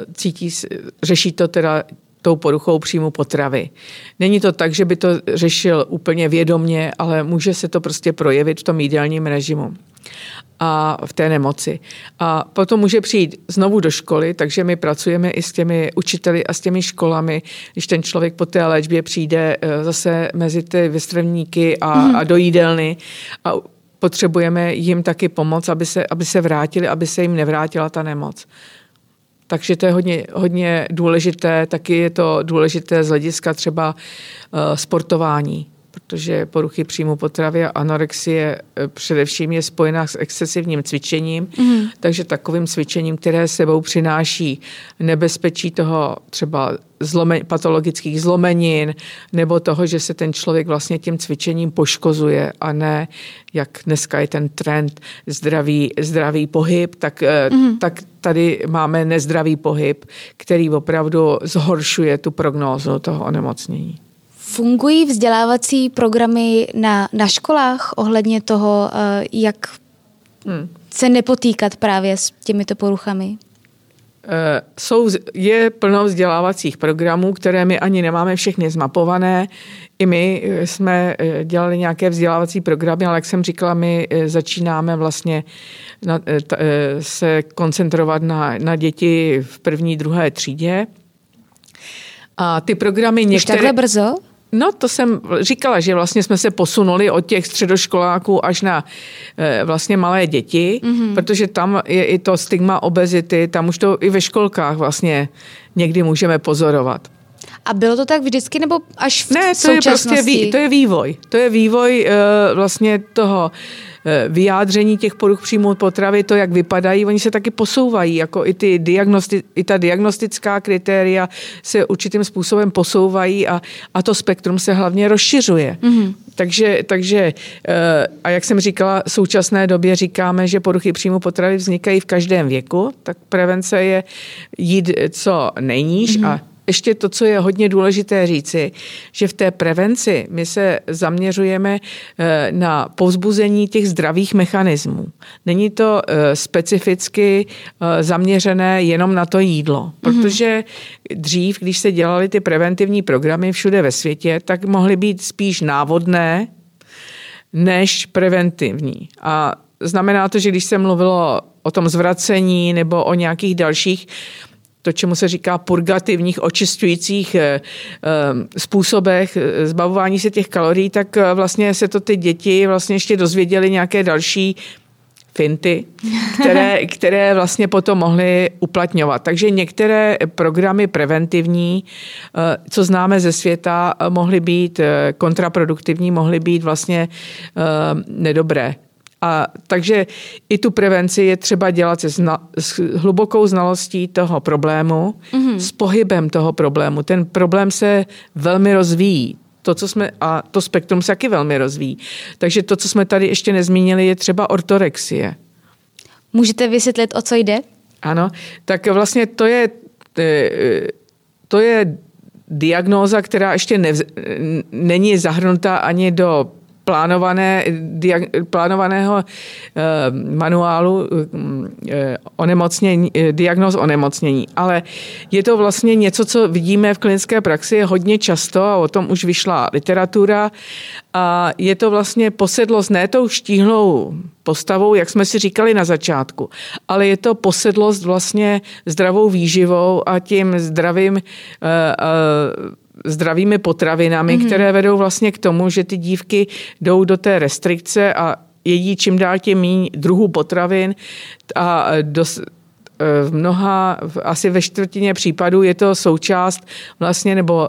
řeší to teda tou poruchou příjmu potravy. Není to tak, že by to řešil úplně vědomně, ale může se to prostě projevit v tom jídelním režimu a v té nemoci. A potom může přijít znovu do školy, takže my pracujeme i s těmi učiteli a s těmi školami, když ten člověk po té léčbě přijde zase mezi ty vystrevníky a do jídelny a potřebujeme jim taky pomoct, aby se vrátili, aby se jim nevrátila ta nemoc. Takže to je hodně důležité, taky je to důležité z hlediska třeba sportování, protože poruchy příjmu potravy a anorexie především je spojená s excesivním cvičením, takže takovým cvičením, které sebou přináší nebezpečí toho třeba patologických zlomenin nebo toho, že se ten člověk vlastně tím cvičením poškozuje a ne, jak dneska je ten trend zdravý pohyb, tak tady máme nezdravý pohyb, který opravdu zhoršuje tu prognózu toho onemocnění. Fungují vzdělávací programy na školách ohledně toho, jak se nepotýkat právě s těmito poruchami? Je plno vzdělávacích programů, které my ani nemáme všechny zmapované. I my jsme dělali nějaké vzdělávací programy, ale jak jsem říkala, my začínáme vlastně se koncentrovat na děti v první, druhé třídě. A ty programy některé... Už takhle brzo? No, to jsem říkala, že vlastně jsme se posunuli od těch středoškoláků až na vlastně malé děti, protože tam je i to stigma obezity, tam už to i ve školkách vlastně někdy můžeme pozorovat. A bylo to tak vždycky, nebo až v současnosti? Ne, to je prostě to je vývoj. To je vývoj vlastně toho vyjádření těch poruch příjmu potravy, to, jak vypadají, oni se taky posouvají, jako i ta diagnostická kritéria se určitým způsobem posouvají a to spektrum se hlavně rozšiřuje. Takže a jak jsem říkala, v současné době říkáme, že poruchy příjmu potravy vznikají v každém věku, tak prevence je jít co nejníž a ještě to, co je hodně důležité říci, že v té prevenci my se zaměřujeme na povzbuzení těch zdravých mechanismů. Není to specificky zaměřené jenom na to jídlo, protože dřív, když se dělaly ty preventivní programy všude ve světě, tak mohly být spíš návodné než preventivní. A znamená to, že když se mluvilo o tom zvracení nebo o nějakých dalších to, čemu se říká purgativních, očišťujících způsobech zbavování se těch kalorií, tak vlastně se to ty děti vlastně ještě dozvěděly nějaké další finty, které vlastně potom mohly uplatňovat. Takže některé programy preventivní, co známe ze světa, mohly být kontraproduktivní, mohly být vlastně nedobré. A takže i tu prevenci je třeba dělat s hlubokou znalostí toho problému, s pohybem toho problému. Ten problém se velmi rozvíjí. A to spektrum se taky velmi rozvíjí. Takže to, co jsme tady ještě nezmínili, je třeba ortorexie. Můžete vysvětlit, o co jde? Ano, tak vlastně to je diagnóza, která ještě není zahrnuta ani do plánovaného manuálu diagnóz onemocnění. Ale je to vlastně něco, co vidíme v klinické praxi hodně často a o tom už vyšla literatura. A je to vlastně posedlost ne tou štíhlou postavou, jak jsme si říkali na začátku, ale je to posedlost vlastně zdravou výživou a tím zdravými potravinami, které vedou vlastně k tomu, že ty dívky jdou do té restrikce a jedí čím dál tím méně druhů potravin a v mnoha, asi ve čtvrtině případů je to součást vlastně nebo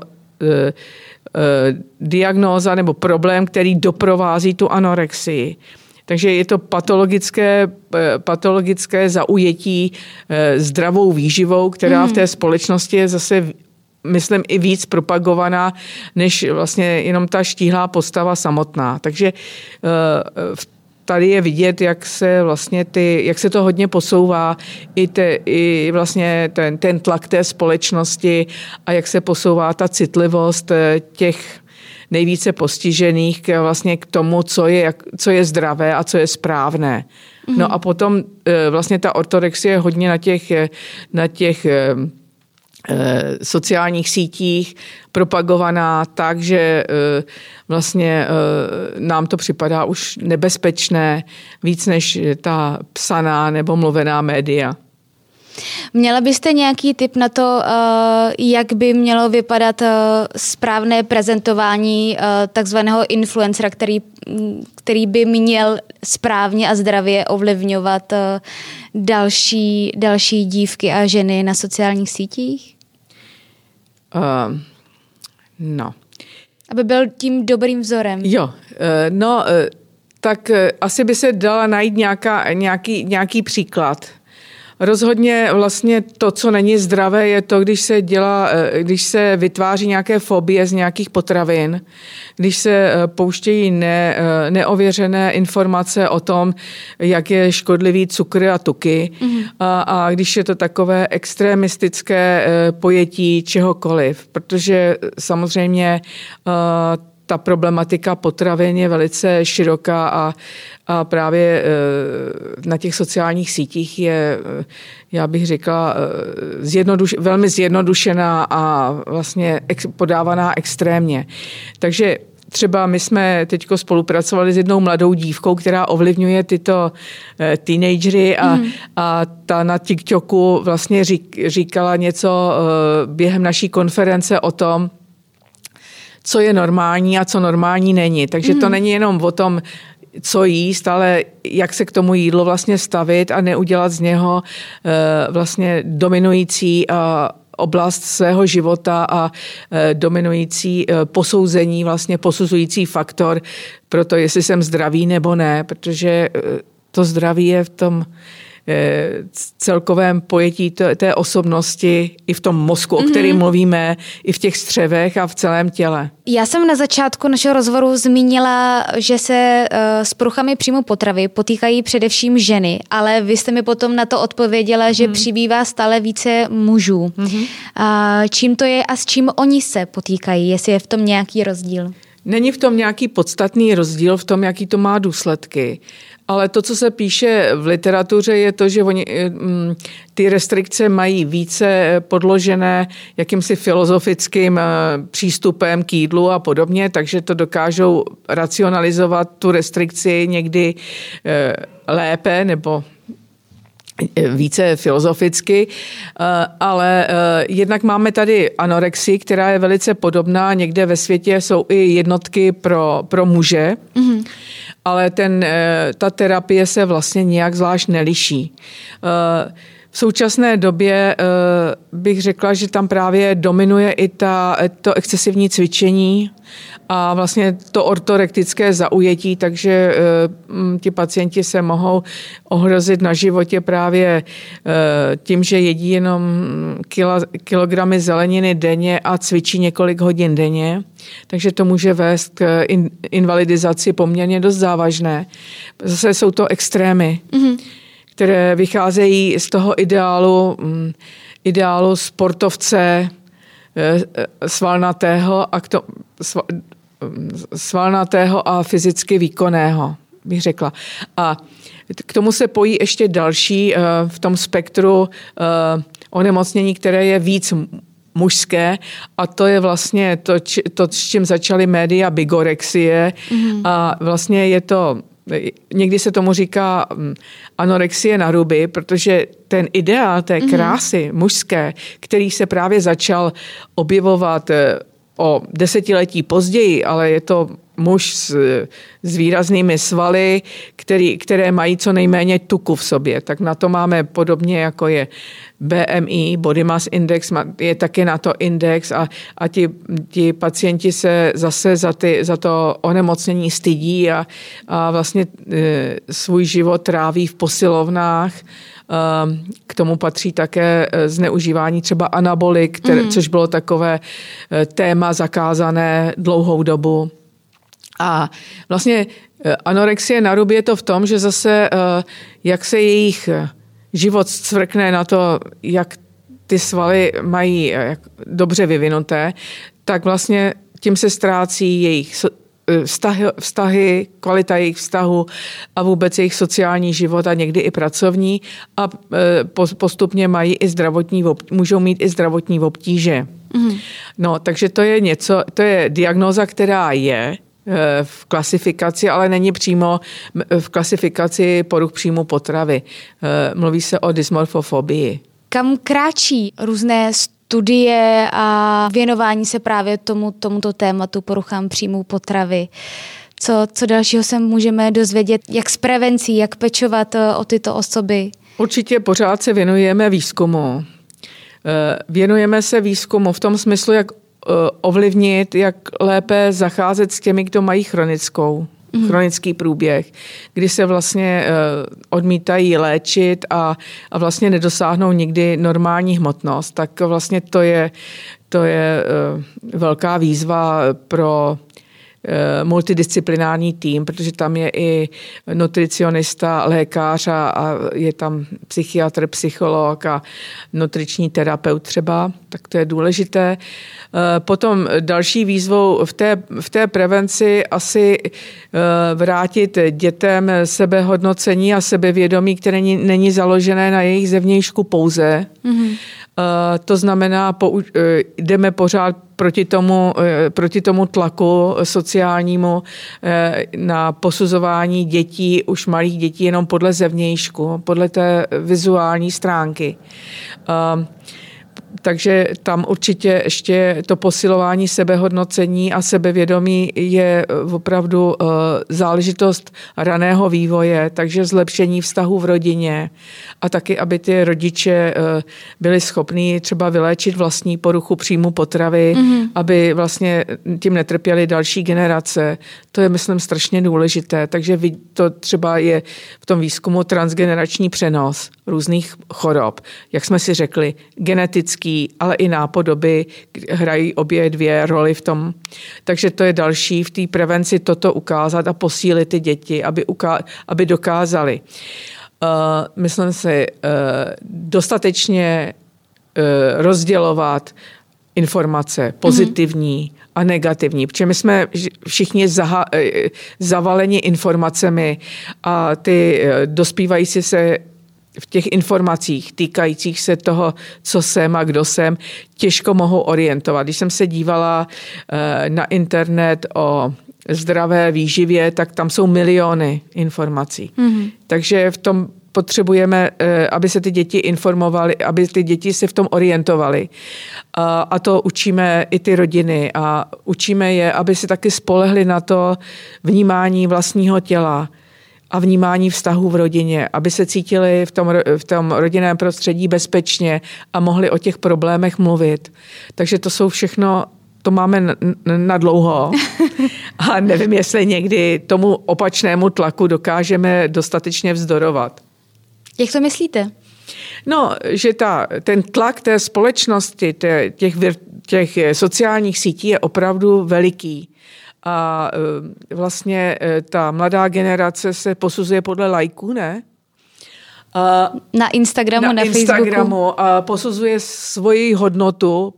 diagnóza nebo problém, který doprovází tu anorexii. Takže je to patologické zaujetí zdravou výživou, která v té společnosti je zase, myslím, i víc propagovaná, než vlastně jenom ta štíhlá postava samotná. Takže tady je vidět, jak se to hodně posouvá, i vlastně ten tlak té společnosti a jak se posouvá ta citlivost těch nejvíce postižených vlastně k tomu, co je zdravé a co je správné. No a potom vlastně ta ortorexie je hodně na těch sociálních sítích propagovaná tak, že vlastně nám to připadá už nebezpečné víc než ta psaná nebo mluvená média. Měla byste nějaký tip na to, jak by mělo vypadat správné prezentování takzvaného influencera, který by měl správně a zdravě ovlivňovat další dívky a ženy na sociálních sítích? No. Aby byl tím dobrým vzorem. Jo, tak asi by se dala najít nějaký příklad. Rozhodně vlastně to, co není zdravé, je to, když se vytváří nějaké fobie z nějakých potravin, když se pouštějí neověřené informace o tom, jak je škodlivý cukr a tuky a když je to takové extremistické pojetí čehokoliv, protože samozřejmě ta problematika potravin je velice široká a právě na těch sociálních sítích je, já bych řekla, velmi zjednodušená a vlastně podávaná extrémně. Takže třeba my jsme teďko spolupracovali s jednou mladou dívkou, která ovlivňuje tyto teenagery a ta na TikToku vlastně říkala něco během naší konference o tom, co je normální a co normální není. Takže to není jenom o tom, co jíst, ale jak se k tomu jídlu vlastně stavit a neudělat z něho vlastně dominující oblast svého života a dominující posouzení, vlastně posuzující faktor pro to, jestli jsem zdravý nebo ne, protože to zdraví je v tom celkovém pojetí té osobnosti i v tom mozku, o kterém mluvíme, i v těch střevech a v celém těle. Já jsem na začátku našeho rozhovoru zmínila, že se s poruchami příjmu potravy potýkají především ženy, ale vy jste mi potom na to odpověděla, že přibývá stále více mužů. Čím to je a s čím oni se potýkají, jestli je v tom nějaký rozdíl? Není v tom nějaký podstatný rozdíl v tom, jaký to má důsledky. Ale to, co se píše v literatuře, je to, že ty restrikce mají více podložené jakýmsi filozofickým přístupem k jídlu a podobně, takže to dokážou racionalizovat tu restrikci někdy lépe nebo více filozoficky, ale jednak máme tady anorexii, která je velice podobná. Někde ve světě jsou i jednotky pro muže, ale ta terapie se vlastně nějak zvlášť neliší. V současné době bych řekla, že tam právě dominuje i to excesivní cvičení a vlastně to ortorektické zaujetí, takže ti pacienti se mohou ohrozit na životě právě tím, že jedí jenom kilogramy zeleniny denně a cvičí několik hodin denně. Takže to může vést k invalidizaci poměrně dost závažné. Zase jsou to extrémy, které vycházejí z toho ideálu sportovce svalnatého a fyzicky výkonného, bych řekla. A k tomu se pojí ještě další v tom spektru onemocnění, které je víc mužské, a to je vlastně to, s čím začaly média, bigorexie. A vlastně je to, někdy se tomu říká anorexie na ruby, protože ten ideál té krásy mužské, který se právě začal objevovat o desetiletí později, ale je to muž s výraznými svaly, které mají co nejméně tuku v sobě. Tak na to máme podobně, jako je BMI, Body Mass Index, je taky na to index a ti pacienti se zase za to onemocnění stydí a vlastně svůj život tráví v posilovnách. K tomu patří také zneužívání třeba anabolik, což bylo takové téma zakázané dlouhou dobu. A vlastně anorexie naruby je to v tom, že zase jak se jejich život zcvrkne na to, jak ty svaly mají dobře vyvinuté, tak vlastně tím se ztrácí jejich vztahy, kvalita jejich vztahu a vůbec jejich sociální život a někdy i pracovní a postupně můžou mít i zdravotní obtíže. Mm. No, takže to je diagnóza, která je v klasifikaci, ale není přímo v klasifikaci poruch příjmu potravy. Mluví se o dysmorfofobii. Kam kráčí různé studie a věnování se právě tomuto tématu poruchám příjmu potravy? Co dalšího se můžeme dozvědět? Jak s prevencí, jak pečovat o tyto osoby? Určitě pořád se věnujeme výzkumu. Věnujeme se výzkumu v tom smyslu, jak ovlivnit, jak lépe zacházet s těmi, kdo mají chronický průběh, kdy se vlastně odmítají léčit a vlastně nedosáhnou nikdy normální hmotnost. Tak vlastně to je velká výzva pro multidisciplinární tým, protože tam je i nutricionista, lékař a je tam psychiatr, psycholog a nutriční terapeut třeba, tak to je důležité. Potom další výzvou v té prevenci asi vrátit dětem sebehodnocení a sebevědomí, které není založené na jejich zevnějšku pouze. Mm-hmm. To znamená, jdeme pořád proti tomu tlaku sociálnímu na posuzování dětí, už malých dětí, jenom podle zevnějšku, podle té vizuální stránky. Takže tam určitě ještě to posilování sebehodnocení a sebevědomí je opravdu záležitost raného vývoje, takže zlepšení vztahů v rodině a taky, aby ty rodiče byli schopní třeba vyléčit vlastní poruchu příjmu potravy, aby vlastně tím netrpěly další generace. To je, myslím, strašně důležité. Takže to třeba je v tom výzkumu transgenerační přenos různých chorob. Jak jsme si řekli, genetický, ale i nápodoby hrají obě dvě roli v tom. Takže to je další v té prevenci toto ukázat a posílit ty děti, aby dokázali. Myslím si, dostatečně rozdělovat informace pozitivní a negativní, protože my jsme všichni zavaleni informacemi a ty dospívající se v těch informacích týkajících se toho, co jsem a kdo jsem, těžko mohou orientovat. Když jsem se dívala na internet o zdravé výživě, tak tam jsou miliony informací. Mm-hmm. Takže v tom potřebujeme, aby se ty děti informovaly, aby ty děti se v tom orientovaly. A to učíme i ty rodiny a učíme je, aby si taky spolehli na to vnímání vlastního těla a vnímání vztahů v rodině, aby se cítili v tom rodinném prostředí bezpečně a mohli o těch problémech mluvit. Takže to jsou všechno, to máme na dlouho a nevím, jestli někdy tomu opačnému tlaku dokážeme dostatečně vzdorovat. Jak to myslíte? No, že ten tlak té společnosti, těch sociálních sítí je opravdu veliký. A vlastně ta mladá generace se posuzuje podle lajků, ne? Na Instagramu, na Facebooku. Instagramu a posuzuje svoji hodnotu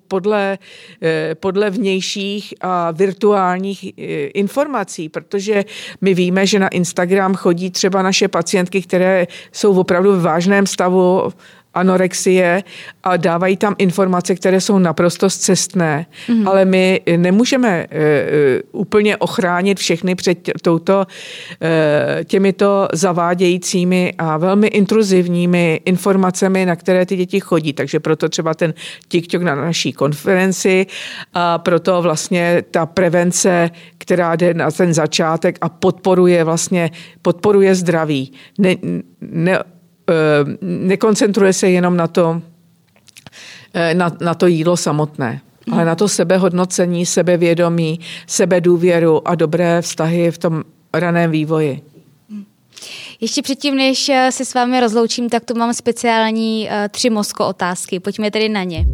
podle vnějších a virtuálních informací, protože my víme, že na Instagram chodí třeba naše pacientky, které jsou opravdu v vážném stavu anorexie a dávají tam informace, které jsou naprosto scestné, ale my nemůžeme úplně ochránit všechny před těmito zavádějícími a velmi intruzivními informacemi, na které ty děti chodí. Takže proto třeba ten TikTok na naší konferenci a proto vlastně ta prevence, která jde na ten začátek a podporuje zdraví. Nekoncentruje se jenom na to jídlo samotné, ale na to sebehodnocení, sebevědomí, sebedůvěru a dobré vztahy v tom raném vývoji. Ještě předtím, než se s vámi rozloučím, tak tu mám speciální 3 mozko-otázky. Pojďme tedy na ně.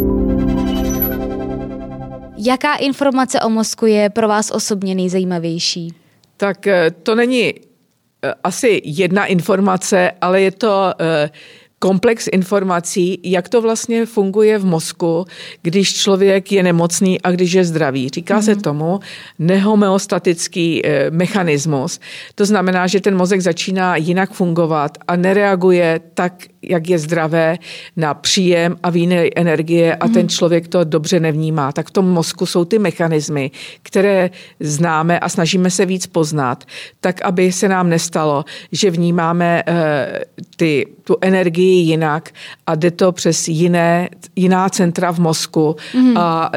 Jaká informace o mozku je pro vás osobně nejzajímavější? Tak to není asi jedna informace, ale je to komplex informací, jak to vlastně funguje v mozku, když člověk je nemocný a když je zdravý. Říká se tomu nehomeostatický mechanismus. To znamená, že ten mozek začíná jinak fungovat a nereaguje tak, jak je zdravé, na příjem a výnej energie a ten člověk to dobře nevnímá. Tak v tom mozku jsou ty mechanismy, které známe a snažíme se víc poznat, tak aby se nám nestalo, že vnímáme tu energii jinak a jde to přes jiná centra v mozku a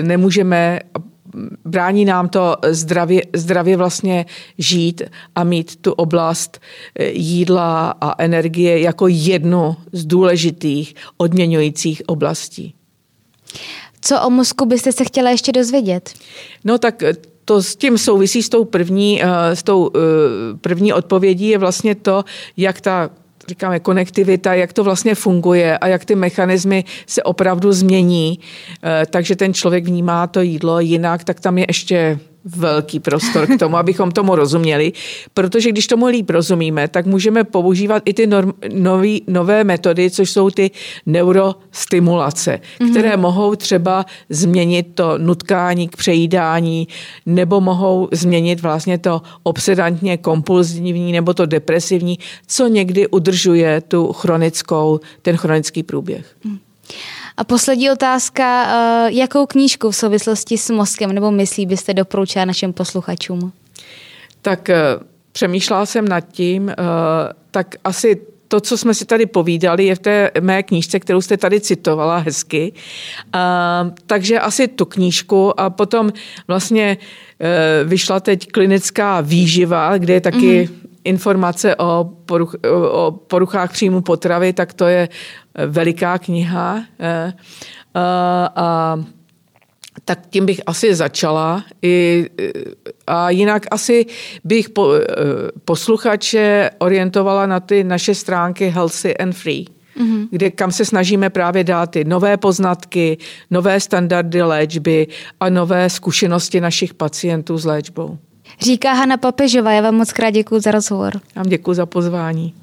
brání nám to zdravě vlastně žít a mít tu oblast jídla a energie jako jednu z důležitých odměňujících oblastí. Co o mozku byste se chtěla ještě dozvědět? No tak to s tím souvisí s tou první odpovědí je vlastně to, jak ta říkáme konektivita, jak to vlastně funguje a jak ty mechanismy se opravdu změní, takže ten člověk vnímá to jídlo jinak, tak tam je ještě velký prostor k tomu, abychom tomu rozuměli, protože když tomu líp rozumíme, tak můžeme používat i ty nové metody, což jsou ty neurostimulace, které mohou třeba změnit to nutkání k přejídání, nebo mohou změnit vlastně to obsedantně kompulzivní nebo to depresivní, co někdy udržuje ten chronický průběh. A poslední otázka, jakou knížku v souvislosti s mozkem nebo myslí byste doporučila našim posluchačům? Tak přemýšlela jsem nad tím, tak asi to, co jsme si tady povídali, je v té mé knížce, kterou jste tady citovala hezky. Takže asi tu knížku a potom vlastně vyšla teď klinická výživa, kde je taky informace o poruchách příjmu potravy, tak to je veliká kniha. Tak tím bych asi začala. A jinak asi bych posluchače orientovala na ty naše stránky Healthy and Free, kam se snažíme právě dát ty nové poznatky, nové standardy léčby a nové zkušenosti našich pacientů s léčbou. Říká Hana Papežová, já vám moc krát děkuju za rozhovor. Vám děkuju za pozvání.